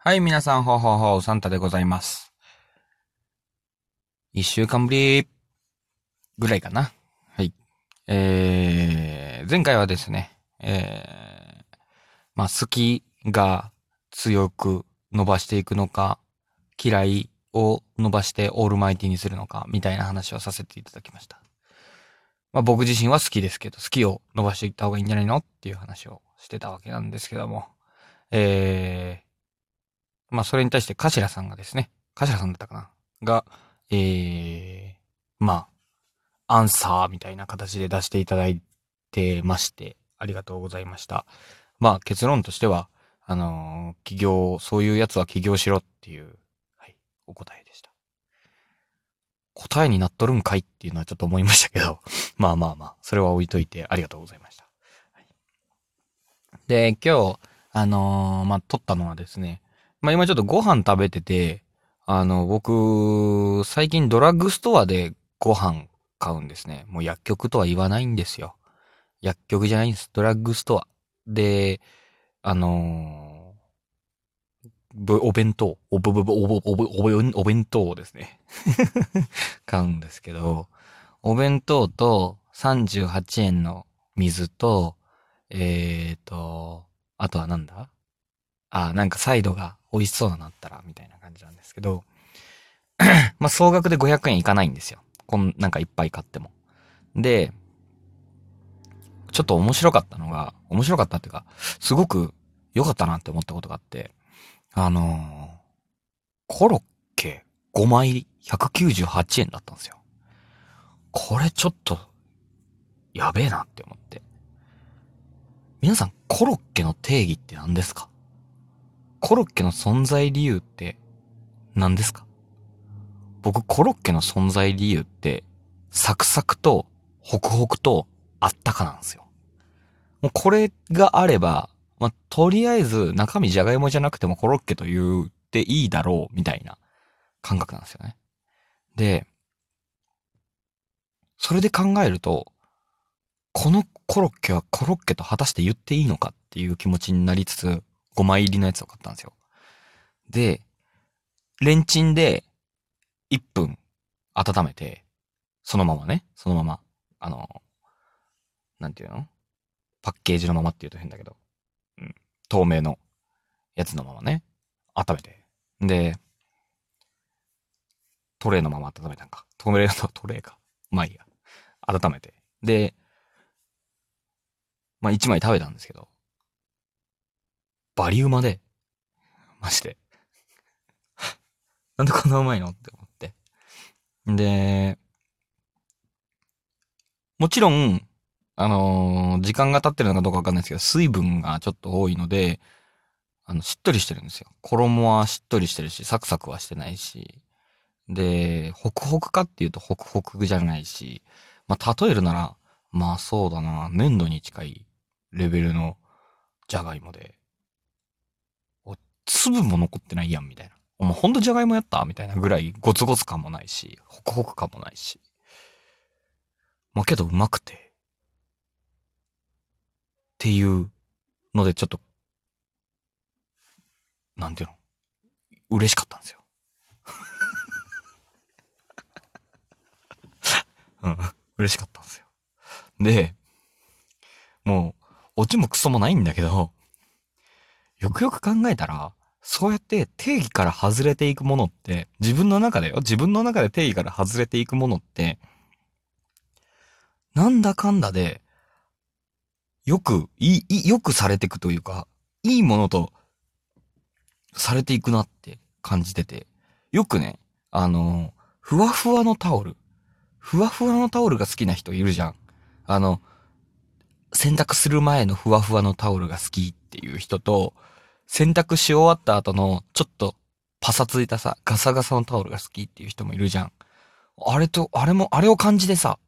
はい、皆さん、サンタでございます。一週間ぶりぐらいかな。はい。前回はですね、好きが強く伸ばしていくのか、嫌いを伸ばしてオールマイティにするのか、みたいな話をさせていただきました。僕自身は好きですけど、好きを伸ばしていった方がいいんじゃないのっていう話をしてたわけなんですけども、えそれに対してカシラさんがですね、カシラさんだったかなが、まアンサーみたいな形で出していただいてまして、ありがとうございました。結論としては、起業、そういうやつは起業しろっていう、はい、お答えでした。答えになっとるんかいっていうのはちょっと思いましたけど、それは置いといてありがとうございました。はい、で、今日、撮ったのはですね、今ちょっとご飯食べてて、僕、最近ドラッグストアでご飯買うんですね。もう薬局とは言わないんですよ。薬局じゃないんです。ドラッグストア。で、あのお弁当、お弁当をですね、買うんですけど、お弁当と38円の水と、あとはなんだなんかサイドが美味しそうなのあったら、みたいな感じなんですけど、総額で500円いかないんですよ。なんかいっぱい買っても。で、ちょっと面白かったっていうか、すごく良かったなって思ったことがあって、あのーコロッケ5枚入り198円だったんですよ。これちょっと、やべえなって思って。皆さん、コロッケの定義って何ですか？コロッケの存在理由って何ですか？僕、コロッケの存在理由って、サクサクと、ホクホクと、あったかなんですよ。もうこれがあれば、とりあえず中身じゃがいもじゃなくてもコロッケと言っていいだろう、みたいな感覚なんですよね。で、それで考えると、このコロッケはコロッケと果たして言っていいのかっていう気持ちになりつつ、5枚入りのやつを買ったんですよ。で、レンチンで1分温めて、そのままね、そのまま、あの、なんていうのパッケージのままって言うと変だけど、うん、透明のやつのままね、温めて。で、トレイのまま温めたんか。透明のトレイか。まあいいや。温めて。で、1枚食べたんですけど、バリうまで、マジで。なんでこんなうまいのって思って。で、もちろん、時間が経ってるのかどうかわかんないですけど、水分がちょっと多いので、しっとりしてるんですよ。衣はしっとりしてるし、サクサクはしてないし。で、ホクホクかっていうとホクホクじゃないし、例えるなら、そうだな、粘土に近いレベルのじゃがいもで、粒も残ってないやん、みたいな。お前ほんとじゃがいもやったみたいなぐらいゴツゴツ感もないし、ホクホク感もないし。けどうまくて、っていうのでちょっと、なんていうの、嬉しかったんですよ。うん。嬉しかったんですよ。で、もう、オチもクソもないんだけど、よくよく考えたら、そうやって定義から外れていくものって、自分の中で定義から外れていくものって、なんだかんだで、よくされていくというか、いいものとされていくなって感じてて、よくね、あの、ふわふわのタオル、ふわふわのタオルが好きな人いるじゃん。あの、洗濯する前のふわふわのタオルが好きっていう人と、洗濯し終わった後のちょっとパサついたさ、ガサガサのタオルが好きっていう人もいるじゃん。あれを感じてさ、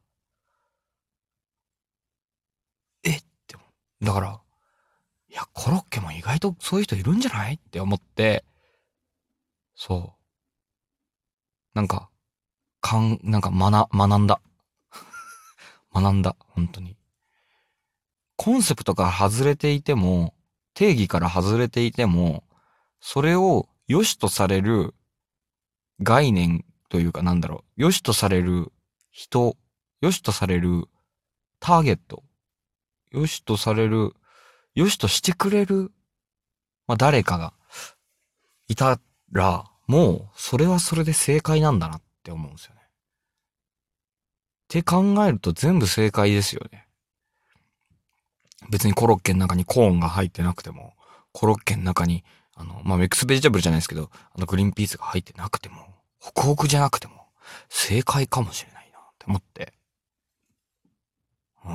えって思う。だから、いや、コロッケも意外とそういう人いるんじゃないって思って、そう。なんか、なんか学んだ。学んだ。本当に。コンセプトから外れていても、定義から外れていても、それを良しとされる概念というか良しとされる人、良しとされるターゲット、良しとされる、良しとしてくれる、誰かがいたら、もう、それはそれで正解なんだなって思うんですよね。って考えると全部正解ですよね。別にコロッケの中にコーンが入ってなくても、コロッケの中に、ミックスベジタブルじゃないですけど、グリーンピースが入ってなくても、ホクホクじゃなくても、正解かもしれないなって思って。うん。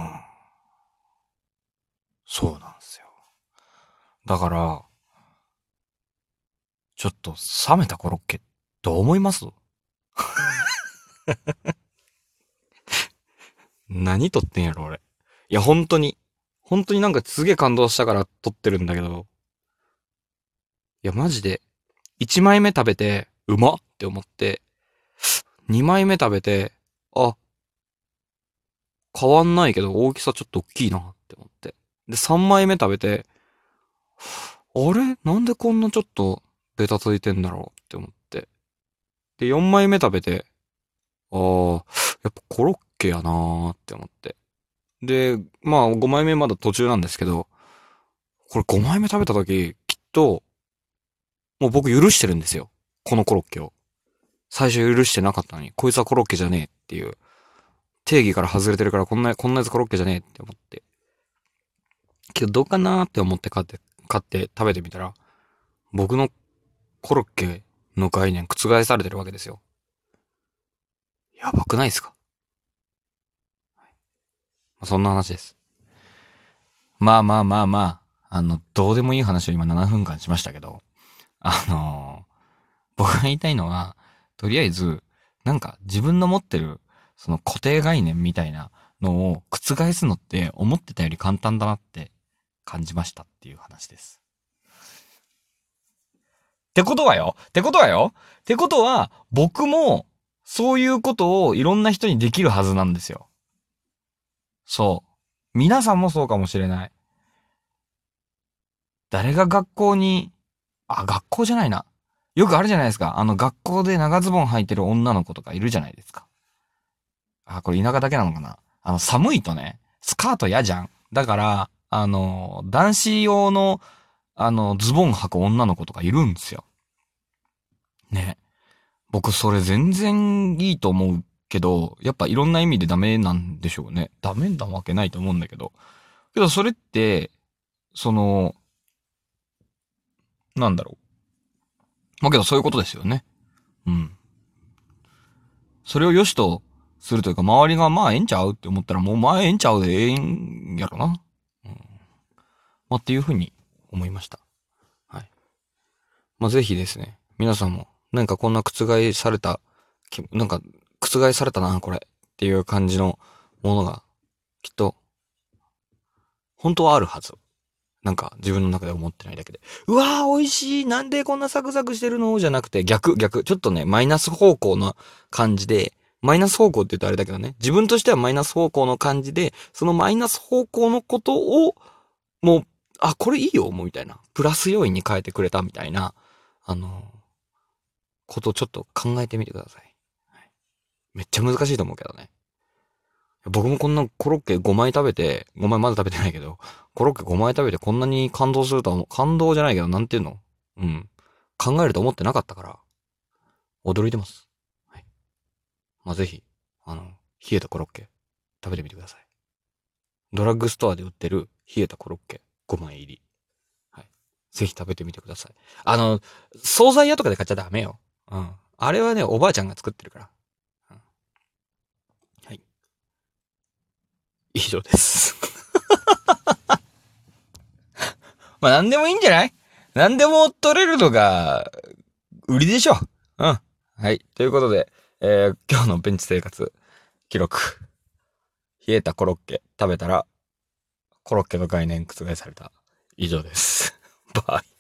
そうなんですよ。だから、ちょっと冷めたコロッケ、どう思います？何撮ってんやろ、俺。いや、本当に。本当になんかすげえ感動したから撮ってるんだけど。いや、マジで。1枚目食べて、うまっって思って、2枚目食べて、あ、変わんないけど大きさちょっと大きいなって思って。で、3枚目食べて、あれなんでこんなちょっとベタついてんだろうって思って。で、4枚目食べて、ああ、やっぱコロッケやなーって思って。で、5枚目まだ途中なんですけど、これ5枚目食べた時、きっと、もう僕許してるんですよ。このコロッケを。最初許してなかったのに、こいつはコロッケじゃねえっていう、定義から外れてるからこんなやつコロッケじゃねえって思って。けどどうかなーって思って買って食べてみたら、僕のコロッケの概念覆されてるわけですよ。やばくないですか？そんな話です。まあまあまあまあ、どうでもいい話を今7分間しましたけど、僕が言いたいのは、とりあえず、なんか自分の持ってる、その固定概念みたいなのを覆すのって思ってたより簡単だなって感じましたっていう話です。ってことは、僕も、そういうことをいろんな人にできるはずなんですよ。そう。皆さんもそうかもしれない。誰が学校に、学校じゃないな。よくあるじゃないですか。学校で長ズボン履いてる女の子とかいるじゃないですか。これ田舎だけなのかな。寒いとね、スカート嫌じゃん。だから、男子用の、ズボン履く女の子とかいるんですよ。ね。僕それ全然いいと思うけど、やっぱいろんな意味でダメなんでしょうね。ダメなわけないと思うんだけど。けどそれって、その、なんだろう。けどそういうことですよね。うん。それを良しとするというか、周りがええんちゃうって思ったらもうええんちゃうでええんやろな。うん。っていうふうに思いました。はい。ぜひですね、皆さんも、なんかこんな覆された、なんか覆されたな、これっていう感じのものが、きっと、本当はあるはず。なんか自分の中で思ってないだけで。うわー美味しいなんでこんなサクサクしてるのじゃなくて、逆。ちょっとね、マイナス方向の感じで、マイナス方向って言うとあれだけどね、自分としてはマイナス方向の感じで、そのマイナス方向のことを、もう、これいいよ、もうみたいな。プラス要因に変えてくれたみたいな、ことをちょっと考えてみてください。はい、めっちゃ難しいと思うけどね。僕もこんなコロッケ5枚食べて、5枚まだ食べてないけど、コロッケ5枚食べてこんなに感動するとは、感動じゃないけど、なんていうの？うん。考えると思ってなかったから、驚いてます。はい。ぜひ、冷えたコロッケ、食べてみてください。ドラッグストアで売ってる冷えたコロッケ5枚入り。はい。ぜひ食べてみてください。惣菜屋とかで買っちゃダメよ。うん。あれはね、おばあちゃんが作ってるから。うん、はい。以上です。なんでもいいんじゃない？なんでも取れるのが、売りでしょ。うん。はい。ということで、今日のベンチ生活記録。冷えたコロッケ食べたら、コロッケの概念覆された。以上です。バイ。